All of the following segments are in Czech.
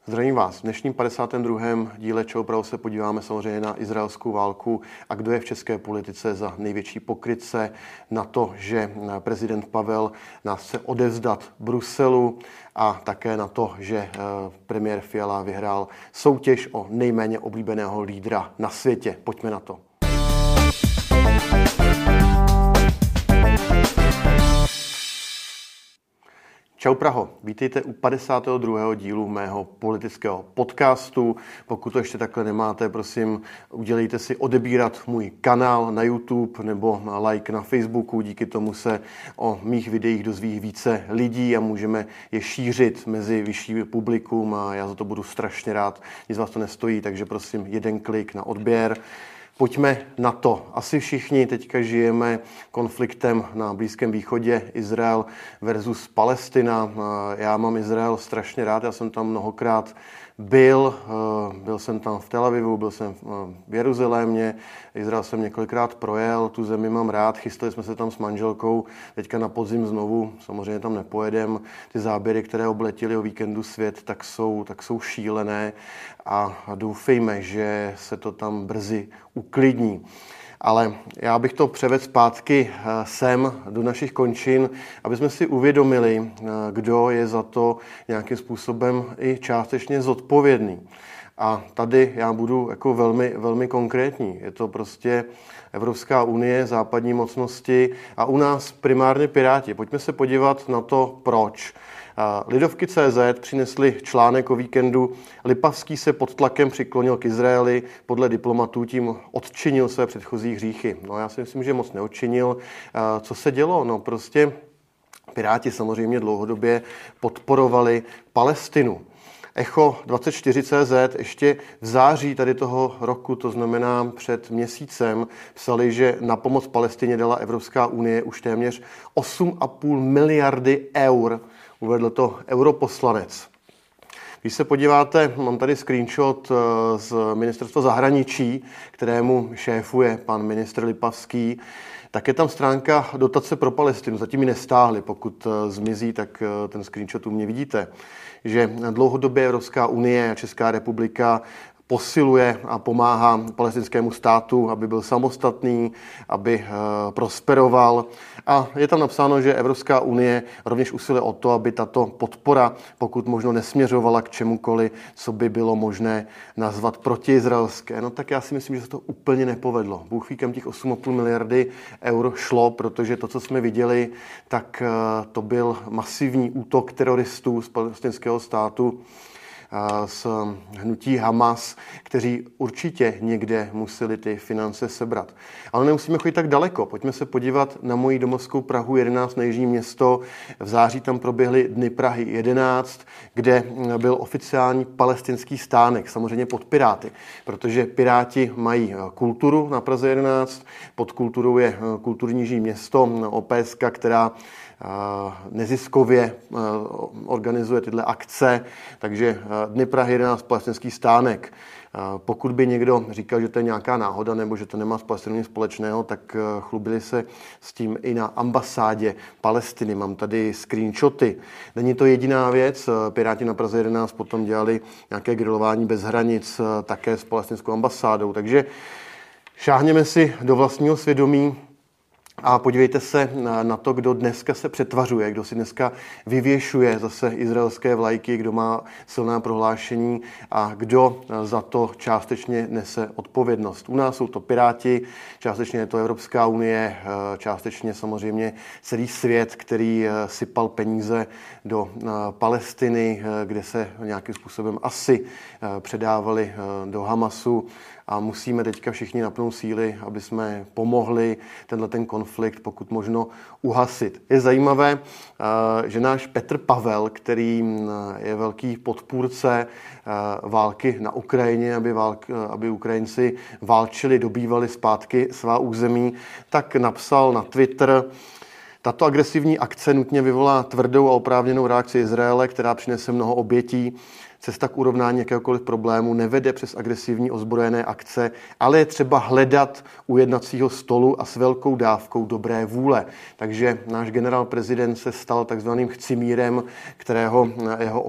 Zdravím vás. V dnešním 52. díle Čau Praho se podíváme samozřejmě na izraelskou válku a kdo je v české politice za největší pokrytce, na to, že prezident Pavel nás chce odevzdat Bruselu a také na to, že premiér Fiala vyhrál soutěž o nejméně oblíbeného lídra na světě. Pojďme na to. Čau Praho, vítejte u 52. dílu mého politického podcastu. Pokud to ještě takhle nemáte, prosím, udělejte si odebírat můj kanál na YouTube nebo like na Facebooku. Díky tomu se o mých videích dozví více lidí a můžeme je šířit mezi vyšší publikum a já za to budu strašně rád. Nic vás to nestojí, takže prosím jeden klik na odběr. Pojďme na to. Asi všichni teďka žijeme konfliktem na Blízkém východě, Izrael versus Palestina. Já mám Izrael strašně rád, já jsem tam mnohokrát byl jsem tam v Tel Avivu, byl jsem v Jeruzalémě, Izrael jsem několikrát projel, tu zemi mám rád, chystali jsme se tam s manželkou, teďka na podzim znovu, samozřejmě tam nepojedem, ty záběry, které obletily o víkendu svět, tak jsou šílené a doufejme, že se to tam brzy uklidní. Ale já bych to převedl zpátky sem do našich končin, aby jsme si uvědomili, kdo je za to nějakým způsobem i částečně zodpovědný. A tady já budu jako velmi, velmi konkrétní. Je to prostě Evropská unie, západní mocnosti a u nás primárně Piráti. Pojďme se podívat na to, proč. Lidovky.cz přinesli článek o víkendu. Lipavský se pod tlakem přiklonil k Izraeli. Podle diplomatů tím odčinil své předchozí hříchy. No já si myslím, že moc neodčinil. Co se dělo? No prostě Piráti samozřejmě dlouhodobě podporovali Palestinu. Echo24.cz ještě v září tady toho roku, to znamená před měsícem, psali, že na pomoc Palestině dala Evropská unie už téměř 8,5 miliardy eur. Uvedl to europoslanec. Když se podíváte, mám tady screenshot z ministerstva zahraničí, kterému šéfuje pan ministr Lipavský, tak je tam stránka dotace pro Palestinu. Zatím ji nestáhli, pokud zmizí, tak ten screenshot u mě vidíte. Že dlouhodobě Evropská unie a Česká republika posiluje a pomáhá palestinskému státu, aby byl samostatný, aby prosperoval. A je tam napsáno, že Evropská unie rovněž usiluje o to, aby tato podpora pokud možno nesměřovala k čemukoliv, co by bylo možné nazvat protiizraelské. No tak já si myslím, že se to úplně nepovedlo. Bůh ví, kam těch 8,5 miliardy eur šlo, protože to, co jsme viděli, tak to byl masivní útok teroristů z palestinského státu, z hnutí Hamas, kteří určitě někde museli ty finance sebrat. Ale nemusíme chodit tak daleko. Pojďme se podívat na moji domovskou Prahu 11, na jižní město. V září tam proběhly Dny Prahy 11, kde byl oficiální palestinský stánek, samozřejmě pod Piráty, protože Piráti mají kulturu na Praze 11, pod kulturou je kulturní jižní město, OPSK, která neziskově organizuje tyhle akce, takže Dny Prahy 11 palestinský stánek. Pokud by někdo říkal, že to je nějaká náhoda nebo že to nemá s Palestinou nic společného, tak chlubili se s tím i na ambasádě Palestiny. Mám tady screenshoty. Není to jediná věc. Piráti na Praze 11 potom dělali nějaké grilování bez hranic také s palestinskou ambasádou. Takže šáhněme si do vlastního svědomí a podívejte se na to, kdo dneska se přetvařuje, kdo si dneska vyvěšuje zase izraelské vlajky, kdo má silná prohlášení a kdo za to částečně nese odpovědnost. U nás jsou to Piráti, částečně je to Evropská unie, částečně samozřejmě celý svět, který sypal peníze do Palestiny, kde se nějakým způsobem asi předávali do Hamasu. A musíme teďka všichni napnout síly, aby jsme pomohli ten konflikt pokud možno uhasit. Je zajímavé, že náš Petr Pavel, který je velký podpůrce války na Ukrajině, aby Ukrajinci válčili, dobývali zpátky svá území, tak napsal na Twitter: Tato agresivní akce nutně vyvolá tvrdou a oprávněnou reakci Izraele, která přinese mnoho obětí. Cesta k urovnání jakéhokoliv problému nevede přes agresivní ozbrojené akce, ale je třeba hledat u jednacího stolu a s velkou dávkou dobré vůle. Takže náš generál prezident se stal takzvaným chcimírem, kterého jeho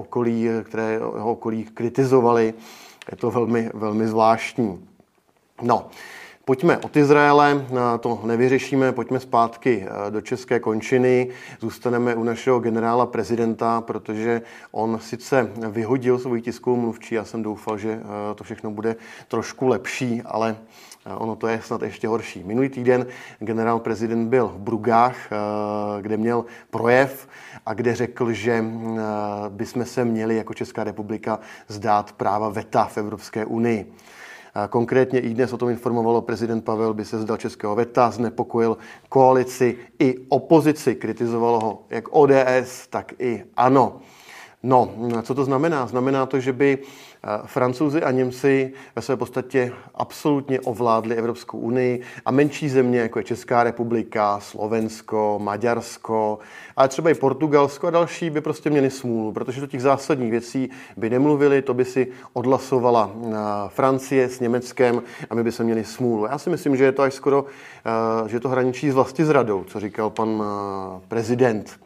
okolí kritizovali. Je to velmi, velmi zvláštní. No, pojďme od Izraele, to nevyřešíme, pojďme zpátky do české končiny. Zůstaneme u našeho generála prezidenta, protože on sice vyhodil svou tiskovou mluvčí, já jsem doufal, že to všechno bude trošku lepší, ale ono to je snad ještě horší. Minulý týden generál prezident byl v Brugách, kde měl projev a kde řekl, že bychom se měli jako Česká republika vzdát práva veta v Evropské unii. Konkrétně i dnes o tom informovalo prezident Pavel, by se vzdal českého veta, znepokojil koalici i opozici, kritizovalo ho jak ODS, tak i ANO. No, co to znamená? Znamená to, že by Francouzi a Němci ve své podstatě absolutně ovládli Evropskou unii a menší země, jako je Česká republika, Slovensko, Maďarsko, ale třeba i Portugalsko a další by prostě měli smůlu, protože do těch zásadních věcí by nemluvili, to by si odhlasovala Francie s Německem a my by se měli smůlu. Já si myslím, že je to až skoro, že to hraničí s vlastizradou, co říkal pan prezident.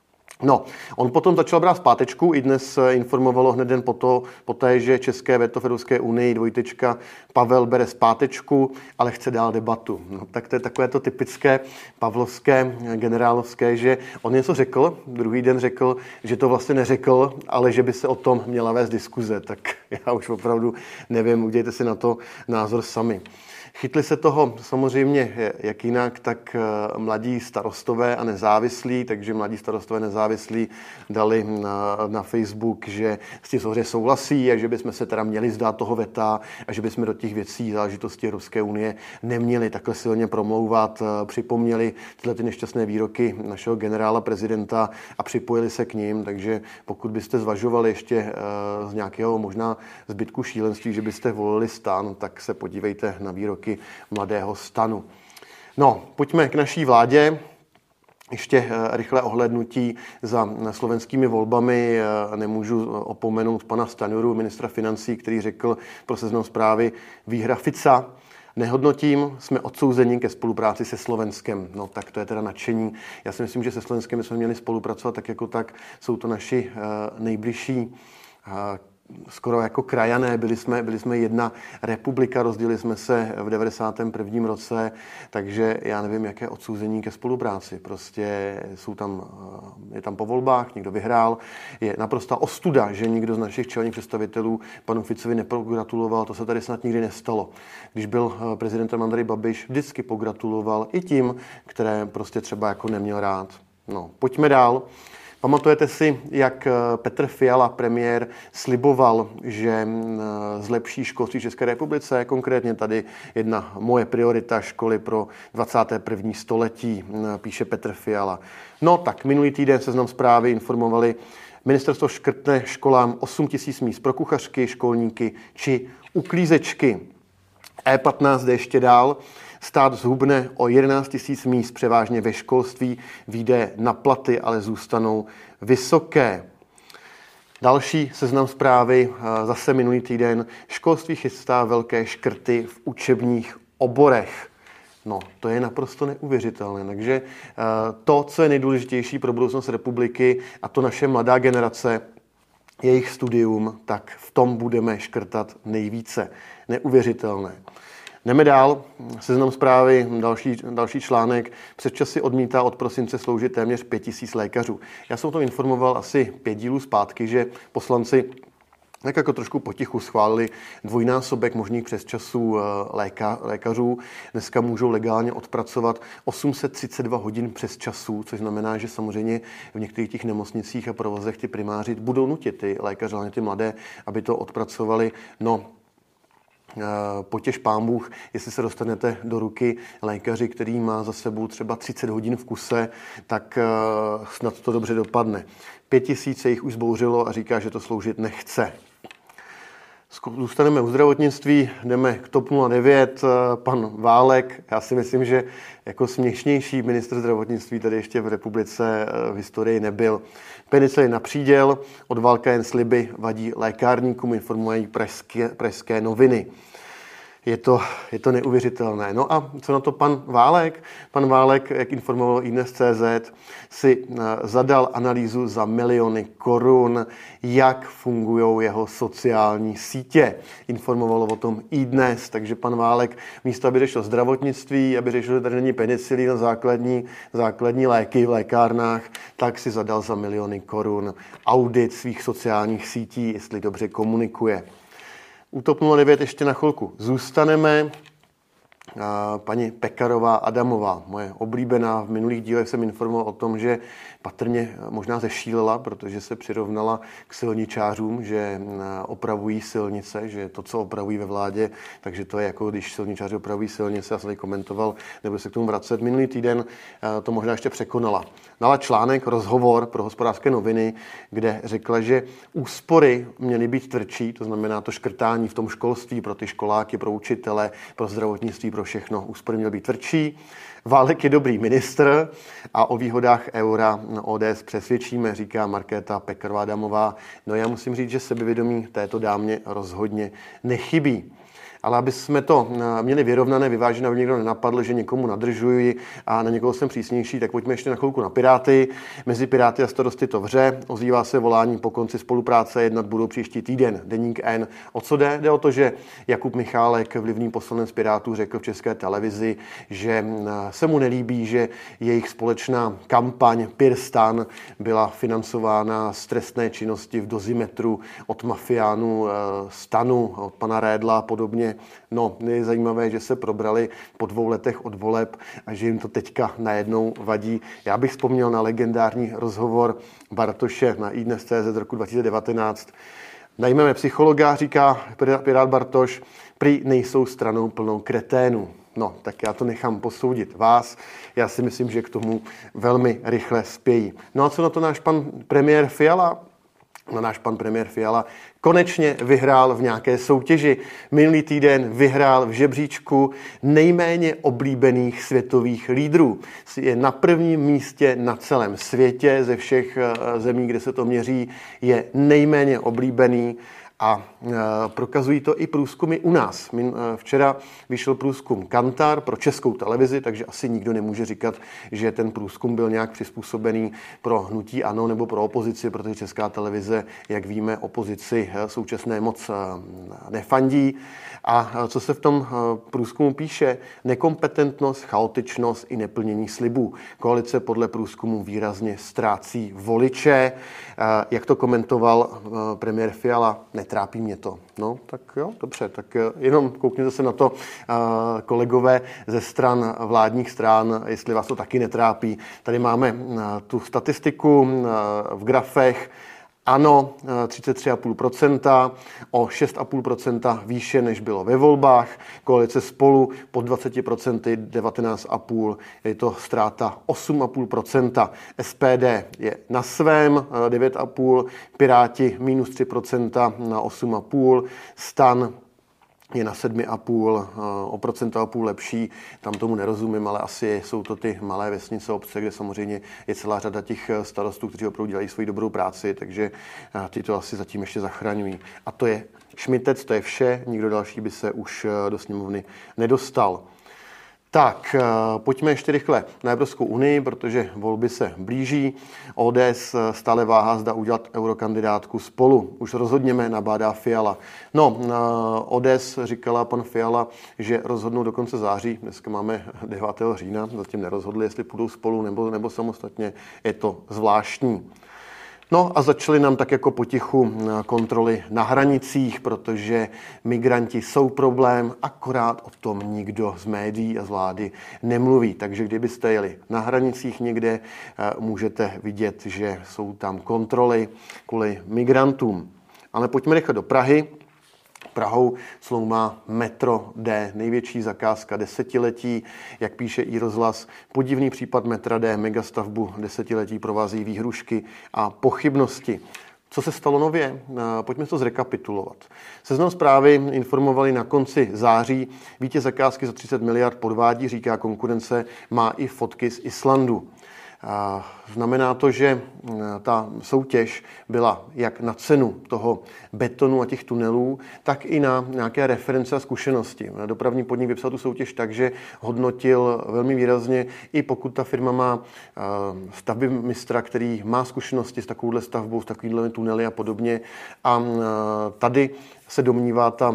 No, on potom začal brát zpátečku, i dnes informovalo hned den poté, že české veto v Evropské unii Pavel bere zpátečku, ale chce dál debatu. No, tak to je takové to typické pavlovské, generálovské, že on něco řekl, druhý den řekl, že to vlastně neřekl, ale že by se o tom měla vést diskuze. Tak já už opravdu nevím, udějte si na to názor sami. Chytli se toho samozřejmě jak jinak, tak mladí starostové a nezávislí, takže mladí starostové nezávislí dali na Facebook, že s tím samozřejmě souhlasí a že bychom se teda měli vzdát toho veta a že bychom do těch věcí záležitostí Evropské unie neměli takhle silně promlouvat. Připomněli tyhle ty nešťastné výroky našeho generála prezidenta a připojili se k ním, takže pokud byste zvažovali ještě z nějakého možná zbytku šílenství, že byste volili STAN, tak se podívejte na výroky Mladého STANu. No, pojďme k naší vládě. Ještě rychlé ohlédnutí za slovenskými volbami. Nemůžu opomenout pana Stanjuru, ministra financí, který řekl pro Seznam Zprávy výhra Fica. Nehodnotím, jsme odsouzeni ke spolupráci se Slovenskem. No tak to je teda nadšení. Já si myslím, že se Slovenskem jsme měli spolupracovat tak jako tak. Jsou to naši nejbližší skoro jako krajané, byli jsme jedna republika, rozdělili jsme se v 91. roce, takže já nevím, jaké odsouzení ke spolupráci. Prostě je tam po volbách, někdo vyhrál. Je naprosta ostuda, že nikdo z našich čelních představitelů panu Ficovi nepogratuloval, to se tady snad nikdy nestalo. Když byl prezidentem Andrej Babiš, vždycky pogratuloval i tím, které prostě třeba jako neměl rád. No, pojďme dál. Pamatujete si, jak Petr Fiala, premiér, sliboval, že zlepší školství v České republice? Konkrétně tady jedna moje priorita školy pro 21. století, píše Petr Fiala. No tak minulý týden Seznam Zprávy informovali, ministerstvo škrtne školám 8 000 míst pro kuchařky, školníky či uklízečky. E15 jde ještě dál. Stát zhubne o 11 000 míst, převážně ve školství, výjde na platy, ale zůstanou vysoké. Další Seznam Zprávy, zase minulý týden, školství chystá velké škrty v učebních oborech. No, to je naprosto neuvěřitelné. Takže to, co je nejdůležitější pro budoucnost republiky, a to naše mladá generace, jejich studium, tak v tom budeme škrtat nejvíce. Neuvěřitelné. Jdeme dál. Seznam Zprávy, další článek. Přesčasy odmítá od prosince sloužit téměř 5 000 lékařů. Já jsem o tom informoval asi 5 dílů zpátky, že poslanci tak jako trošku potichu schválili dvojnásobek možných přesčasů lékařů. Dneska můžou legálně odpracovat 832 hodin přesčasů, což znamená, že samozřejmě v některých těch nemocnicích a provozech ty primáři budou nutit ty lékaře, hlavně ty mladé, aby to odpracovali. No, potěš pán Bůh, jestli se dostanete do ruky lékaři, který má za sebou třeba 30 hodin v kuse, tak snad to dobře dopadne. 5 000 jich už zbouřilo a říká, že to sloužit nechce. Zůstaneme u zdravotnictví, jdeme k TOP 09, pan Válek. Já si myslím, že jako směšnější ministr zdravotnictví tady ještě v republice v historii nebyl. Penicilin na příděl, od Válka jen sliby, vadí lékárníkům, informují pražské noviny. Je to neuvěřitelné. No a co na to pan Válek? Pan Válek, jak informoval iDnes.cz, si zadal analýzu za miliony korun, jak fungují jeho sociální sítě. Informovalo o tom iDnes, takže pan Válek místo, aby řešil zdravotnictví, aby řešil, že tady není penicilin na základní léky v lékárnách, tak si zadal za miliony korun audit svých sociálních sítí, jestli dobře komunikuje. U TOP 09 ještě na chvilku zůstaneme. Paní Pekarová Adamová, moje oblíbená, v minulých dílech jsem informoval o tom, že patrně možná zešílela, protože se přirovnala k silničářům, že opravují silnice, že to, co opravují ve vládě, takže to je jako když silničáři opravují silnice, já jsem tady komentoval, nebudu se k tomu vracet. Minulý týden to možná ještě překonala. Dala článek, rozhovor pro Hospodářské noviny, kde řekla, že úspory měly být tvrdší, to znamená to škrtání v tom školství pro ty školáky, pro učitele, pro zdravotnictví, pro všechno. Úspory měly být tvrdší. Válek je dobrý ministr a o výhodách eura ODS přesvědčíme, říká Markéta Pekarová Adamová. No já musím říct, že sebevědomí této dámě rozhodně nechybí. Ale aby jsme to měli vyrovnané, vyvážené, aby někdo nenapadl, že někomu nadržuji a na někoho jsem přísnější, tak pojďme ještě na chvilku na Piráty. Mezi Piráty a Starosty to vře, ozývá se volání po konci spolupráce, jednat budou příští týden. Deník N. O co jde? Jde o to, že Jakub Michálek, vlivný poslanec Pirátů, řekl v České televizi, že se mu nelíbí, že jejich společná kampaň PirStan byla financována z trestné činnosti v dozimetru od mafiánů Stanu, od pana Redla a podobně. No, je zajímavé, že se probrali po 2 letech od voleb a že jim to teďka najednou vadí. Já bych vzpomněl na legendární rozhovor Bartoše na iDnes.cz z roku 2019. Najmeme psychologa, říká Pirát Bartoš, prý nejsou stranou plnou kreténů. No, tak já to nechám posoudit vás. Já si myslím, že k tomu velmi rychle spějí. No a co na to náš pan premiér Fiala? No, náš pan premiér Fiala konečně vyhrál v nějaké soutěži. Minulý týden vyhrál v žebříčku nejméně oblíbených světových lídrů. Je na prvním místě na celém světě, ze všech zemí, kde se to měří, je nejméně oblíbený. A prokazují to i průzkumy u nás. Včera vyšel průzkum Kantar pro Českou televizi, takže asi nikdo nemůže říkat, že ten průzkum byl nějak přizpůsobený pro hnutí ANO nebo pro opozici, protože Česká televize, jak víme, opozici současné moc nefandí. A co se v tom průzkumu píše? Nekompetentnost, chaotičnost i neplnění slibů. Koalice podle průzkumu výrazně ztrácí voliče. Jak to komentoval premiér Fiala? Netrápí mě to. No, tak jo, dobře, tak jenom koukněte se na to, kolegové ze stran, vládních stran, jestli vás to taky netrápí. Tady máme tu statistiku v grafech. ANO 33,5%, o 6,5% výše, než bylo ve volbách. Koalice Spolu pod 20%, 19,5%, je to ztráta 8,5%. SPD je na svém 9,5%, Piráti minus 3% na 8,5%, STAN je na 7,5%, o 1,5% lepší, tam tomu nerozumím, ale asi jsou to ty malé vesnice, obce, kde samozřejmě je celá řada těch starostů, kteří opravdu dělají svoji dobrou práci, takže ty to asi zatím ještě zachraňují. A to je šmitec, to je vše, nikdo další by se už do sněmovny nedostal. Tak, pojďme ještě rychle na Evropskou unii, protože volby se blíží. ODS stále váhá, zda udělat eurokandidátku Spolu. Už rozhodněme, nabádá Fiala. No, ODS říkala pan Fiala, že rozhodnou do konce září. Dneska máme 9. října, zatím nerozhodli, jestli půjdou Spolu nebo samostatně. Je to zvláštní. No a začaly nám tak jako potichu kontroly na hranicích, protože migranti jsou problém, akorát o tom nikdo z médií a z vlády nemluví. Takže kdybyste jeli na hranicích někde, můžete vidět, že jsou tam kontroly kvůli migrantům. Ale pojďme rychle do Prahy. Prahou sloumá Metro D, největší zakázka desetiletí, jak píše iRozhlas. Podivný případ Metra D, megastavbu desetiletí provází výhrušky a pochybnosti. Co se stalo nově? Pojďme to zrekapitulovat. Seznam Zprávy informovali na konci září, vítěz zakázky za 30 miliard podvádí, říká konkurence, má i fotky z Islandu. Znamená to, že ta soutěž byla jak na cenu toho betonu a těch tunelů, tak i na nějaké reference a zkušenosti. Dopravní podnik vypsal tu soutěž tak, že hodnotil velmi výrazně, i pokud ta firma má stavbymistra, který má zkušenosti s takovouhle stavbou, s takovými tunely a podobně. A tady se domnívá ta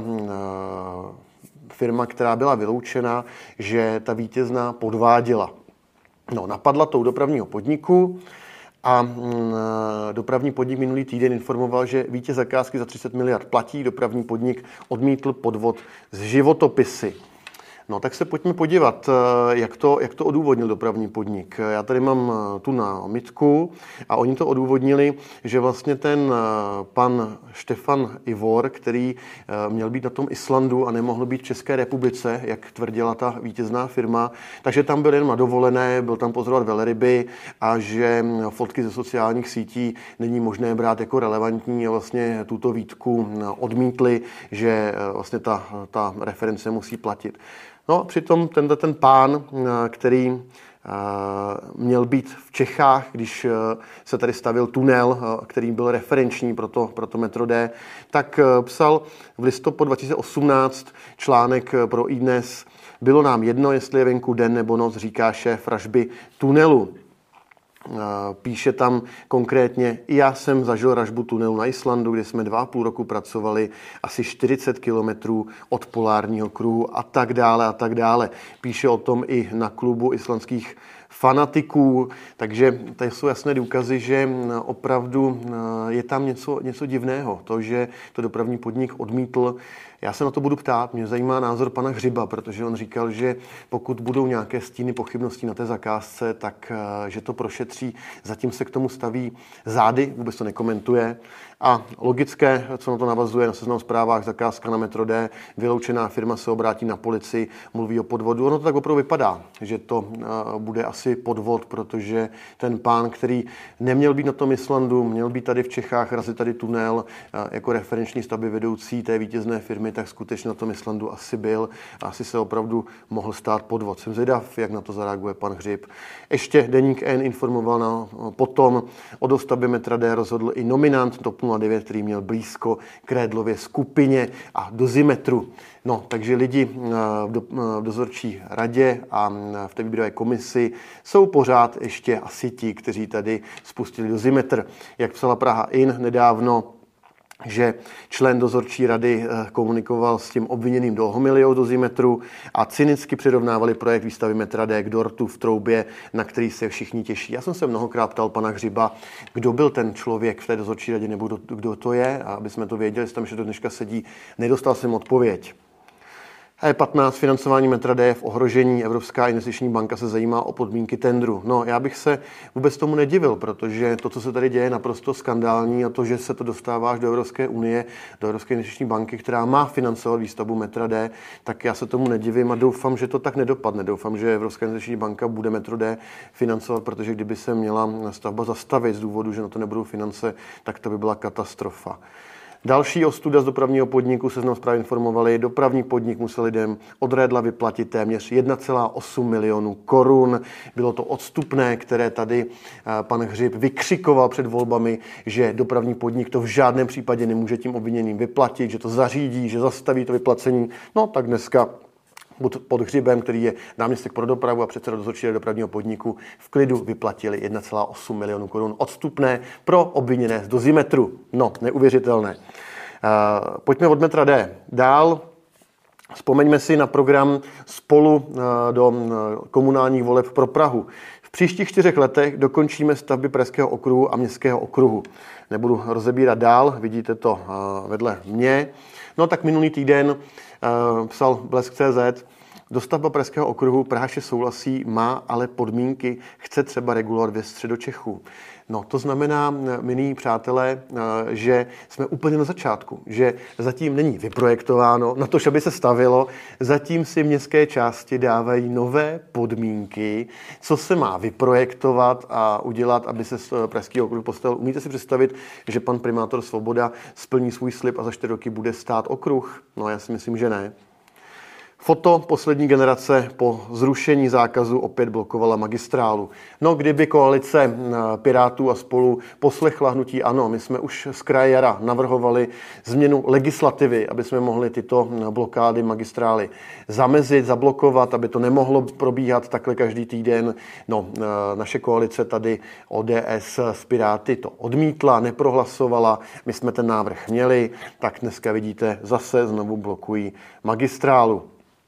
firma, která byla vyloučena, že ta vítězná podváděla. No, napadla to u dopravního podniku a dopravní podnik minulý týden informoval, že vítěz zakázky za 30 miliard platí. Dopravní podnik odmítl podvod s životopisy. No, tak se pojďme podívat, jak to odůvodnil dopravní podnik. Já tady mám tu námitku a oni to odůvodnili, že vlastně ten pan Štefan Ivor, který měl být na tom Islandu a nemohl být v České republice, jak tvrdila ta vítězná firma, takže tam byl jen na dovolené, byl tam pozorovat velryby a že fotky ze sociálních sítí není možné brát jako relevantní a vlastně tuto výtku odmítli, že vlastně ta reference musí platit. No, přitom ten pán, který měl být v Čechách, když se tady stavil tunel, který byl referenční pro to metro D, tak psal v listopadu 2018 článek pro iDnes. Bylo nám jedno, jestli je venku den nebo noc, říká šéf ražby tunelu. Píše tam konkrétně, já jsem zažil ražbu tunelu na Islandu, kde jsme 2,5 roku pracovali asi 40 kilometrů od polárního kruhu a tak dále a tak dále. Píše o tom i na klubu islandských fanatiků, takže tady jsou jasné důkazy, že opravdu je tam něco divného. To, že to dopravní podnik odmítl. Já se na to budu ptát, mě zajímá názor pana Hřiba, protože on říkal, že pokud budou nějaké stíny pochybností na té zakázce, tak že to prošetří. Zatím se k tomu staví zády, vůbec to nekomentuje. A logické, co na to navazuje, na Seznam Zprávách, zakázka na metro D, vyloučená firma se obrátí na policii, mluví o podvodu. Ono to tak opravdu vypadá, že to bude asi podvod, protože ten pán, který neměl být na tom Islandu, měl být tady v Čechách, razit tady tunel jako referenční stavby vedoucí té vítězné firmy, tak skutečně na tom Islandu asi byl a asi se opravdu mohl stát podvod. Jsem zvědav, jak na to zareaguje pan Hřib. Ještě Deník N informoval potom o dostavbě metra D rozhodl i nominant TOP 09, který měl blízko k Redlově skupině a Dozimetru. No, takže lidi v dozorčí radě a v té výběrové komisi jsou pořád ještě asi ti, kteří tady spustili Dozimetr. Jak psala Praha In nedávno, že člen dozorčí rady komunikoval s tím obviněným do homiliou Dozimetru a cynicky přirovnávali projekt výstavy metra D k dortu v Troubě, na který se všichni těší. Já jsem se mnohokrát ptal pana Hřiba, kdo byl ten člověk v té dozorčí radě nebo kdo to je, a aby jsme to věděli, jestli tam ještě do dneška sedí, nedostal jsem odpověď. E15 financování metra D je v ohrožení. Evropská investiční banka se zajímá o podmínky tendru. No, já bych se vůbec tomu nedivil, protože to, co se tady děje, je naprosto skandální a to, že se to dostává až do Evropské unie, do Evropské investiční banky, která má financovat výstavbu metra D, tak já se tomu nedivím a doufám, že to tak nedopadne. Doufám, že Evropská investiční banka bude metro D financovat, protože kdyby se měla stavba zastavit z důvodu, že na to nebudou finance, tak to by byla katastrofa. Další ostuda z dopravního podniku, Seznam Zprávy informovali, dopravní podnik musel lidem od Redla vyplatit téměř 1,8 milionu korun. Bylo to odstupné, které tady pan Hřib vykřikoval před volbami, že dopravní podnik to v žádném případě nemůže tím obviněným vyplatit, že to zařídí, že zastaví to vyplacení. No tak dneska pod Hřibem, který je náměstek pro dopravu a předseda dozorčí rady dopravního podniku, v klidu vyplatili 1,8 milionu korun odstupné pro obviněné z Dozimetru. No, neuvěřitelné. Pojďme od metra D. Dál vzpomeňme si na program Spolu do komunálních voleb pro Prahu. V příštích 4 letech dokončíme stavby Pražského okruhu a Městského okruhu. Nebudu rozebírat dál, vidíte to vedle mě. No tak minulý týden psal Blesk.cz, Dostavba Pražského okruhu, Praha 6 souhlasí, má ale podmínky, chce třeba regulovat ve Středočechu. No, to znamená, milí přátelé, že jsme úplně na začátku, že zatím není vyprojektováno na to, aby se stavilo, zatím si městské části dávají nové podmínky, co se má vyprojektovat a udělat, aby se Pražský okruh postavil. Umíte si představit, že pan primátor Svoboda splní svůj slib a za 4 roky bude stát okruh? No, já si myslím, že ne. Foto poslední generace po zrušení zákazu opět blokovala magistrálu. No, kdyby koalice Pirátů a Spolu poslechla hnutí ANO, my jsme už z kraje jara navrhovali změnu legislativy, aby jsme mohli tyto blokády magistrály zamezit, zablokovat, aby to nemohlo probíhat takhle každý týden. No, naše koalice tady ODS s Piráty to odmítla, neprohlasovala, my jsme ten návrh měli, tak dneska vidíte, zase znovu blokují magistrálu.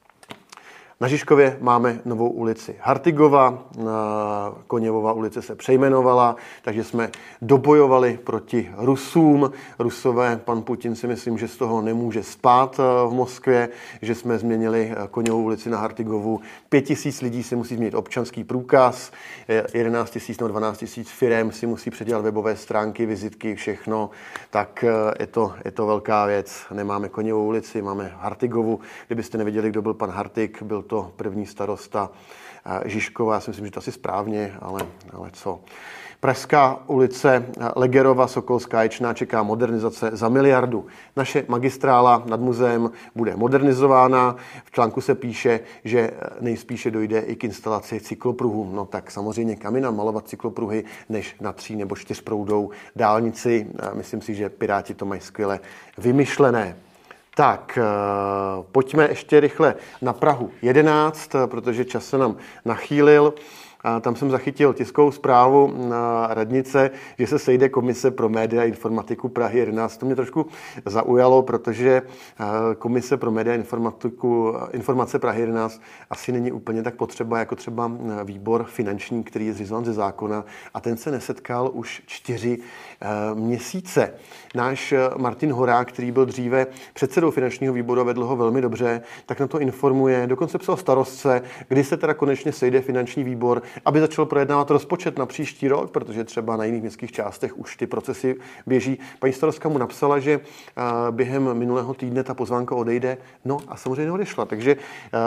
Na Žižkově máme novou ulici Hartigova, Koněvova ulice se přejmenovala, takže jsme dobojovali proti Rusům. Rusové, pan Putin si myslím, že z toho nemůže spát v Moskvě, že jsme změnili Koněvou ulici na Hartigovu. 5 000 lidí si musí změnit občanský průkaz, 11 000 nebo 12 000 firem si musí předělat webové stránky, vizitky, všechno. Tak je to velká věc. Nemáme Koněvou ulici, máme Hartigovu. Kdybyste nevěděli, kdo byl pan Hartig, byl to první starosta Žižkova. Já si myslím, že to asi správně, ale co. Pražská ulice Legerova, Sokolská, Ječná čeká modernizace za 1 miliardu. Naše magistrála nad muzeem bude modernizována. V článku se píše, že nejspíše dojde i k instalaci cyklopruhů. No tak samozřejmě kam jinam malovat cyklopruhy, než na 3 nebo 4 proudou dálnici. Myslím si, že Piráti to mají skvěle vymyšlené. Tak, pojďme ještě rychle na Prahu 11, protože čas se nám nachýlil. Tam jsem zachytil tiskovou zprávu na radnice, že se sejde komise pro média a informatiku Prahy 11. To mě trošku zaujalo, protože komise pro média a informace Prahy 11 asi není úplně tak potřeba jako třeba výbor finanční, který je zřizován ze zákona, a ten se nesetkal už 4 měsíce. Náš Martin Horák, který byl dříve předsedou finančního výboru a vedl ho velmi dobře, tak na to informuje, dokonce psal starostce, kdy se teda konečně sejde finanční výbor, aby začal projednávat rozpočet na příští rok, protože třeba na jiných městských částech už ty procesy běží. Paní starostka mu napsala, že během minulého týdne ta pozvánka odejde, no a samozřejmě odešla. Takže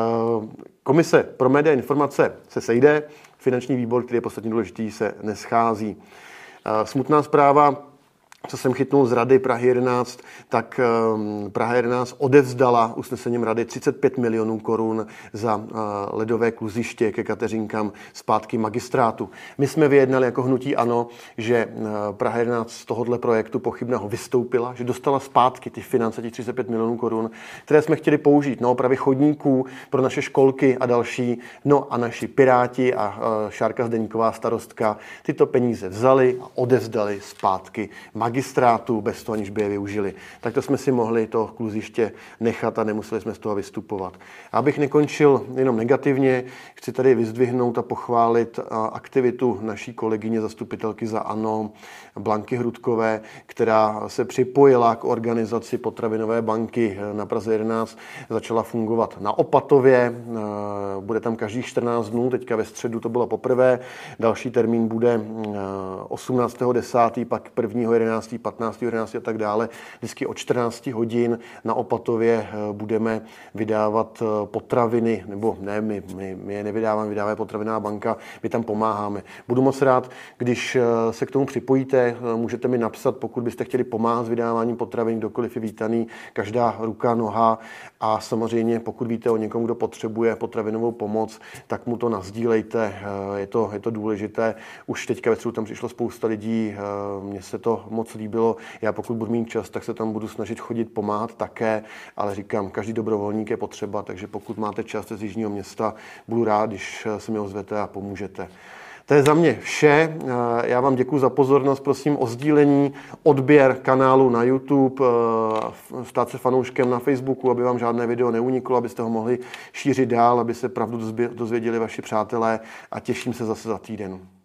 komise pro média a informace se sejde, finanční výbor, který je podstatně důležitý, se neschází. Smutná zpráva, co jsem chytnul z Rady Prahy 11, tak Praha 11 odevzdala usnesením Rady 35 milionů korun za ledové kluziště ke Kateřinkám zpátky magistrátu. My jsme vyjednali jako hnutí ANO, že Praha 11 z tohohle projektu pochybného vystoupila, že dostala zpátky ty finance, těch 35 milionů korun, které jsme chtěli použít na opravy chodníků pro naše školky a další. No a naši Piráti a Šárka Zdeňková, starostka, tyto peníze vzali a odevzdali zpátky magistrátu bez toho, aniž by je využili. Tak to jsme si mohli to kluziště nechat a nemuseli jsme z toho vystupovat. Abych nekončil jenom negativně, chci tady vyzdvihnout a pochválit aktivitu naší kolegyně zastupitelky za ANO, Blanky Hrudkové, která se připojila k organizaci potravinové banky na Praze 11, začala fungovat na Opatově, bude tam každých 14 dnů, teďka ve středu to bylo poprvé, další termín bude 18.10., pak 1.11., 15.11. a tak dále. Vždycky od 14 hodin na Opatově budeme vydávat potraviny, nebo ne, my je nevydáváme, vydává potravinová banka, my tam pomáháme. Budu moc rád, když se k tomu připojíte, můžete mi napsat, pokud byste chtěli pomáhat s vydáváním potravin, kdokoliv je vítaný, každá ruka, noha, a samozřejmě pokud víte o někom, kdo potřebuje potravinovou pomoc, tak mu to nasdílejte, je to důležité. Už teďka ve středu tam přišlo spousta lidí, mně se to moc líbilo. Já pokud budu mít čas, tak se tam budu snažit chodit pomáhat také, ale říkám, každý dobrovolník je potřeba, takže pokud máte čas z jižního města, budu rád, když se mi ozvete a pomůžete. To je za mě vše. Já vám děkuji za pozornost. Prosím o sdílení, odběr kanálu na YouTube, stát se fanouškem na Facebooku, aby vám žádné video neuniklo, abyste ho mohli šířit dál, aby se pravdu dozvěděli vaši přátelé, a těším se zase za týden.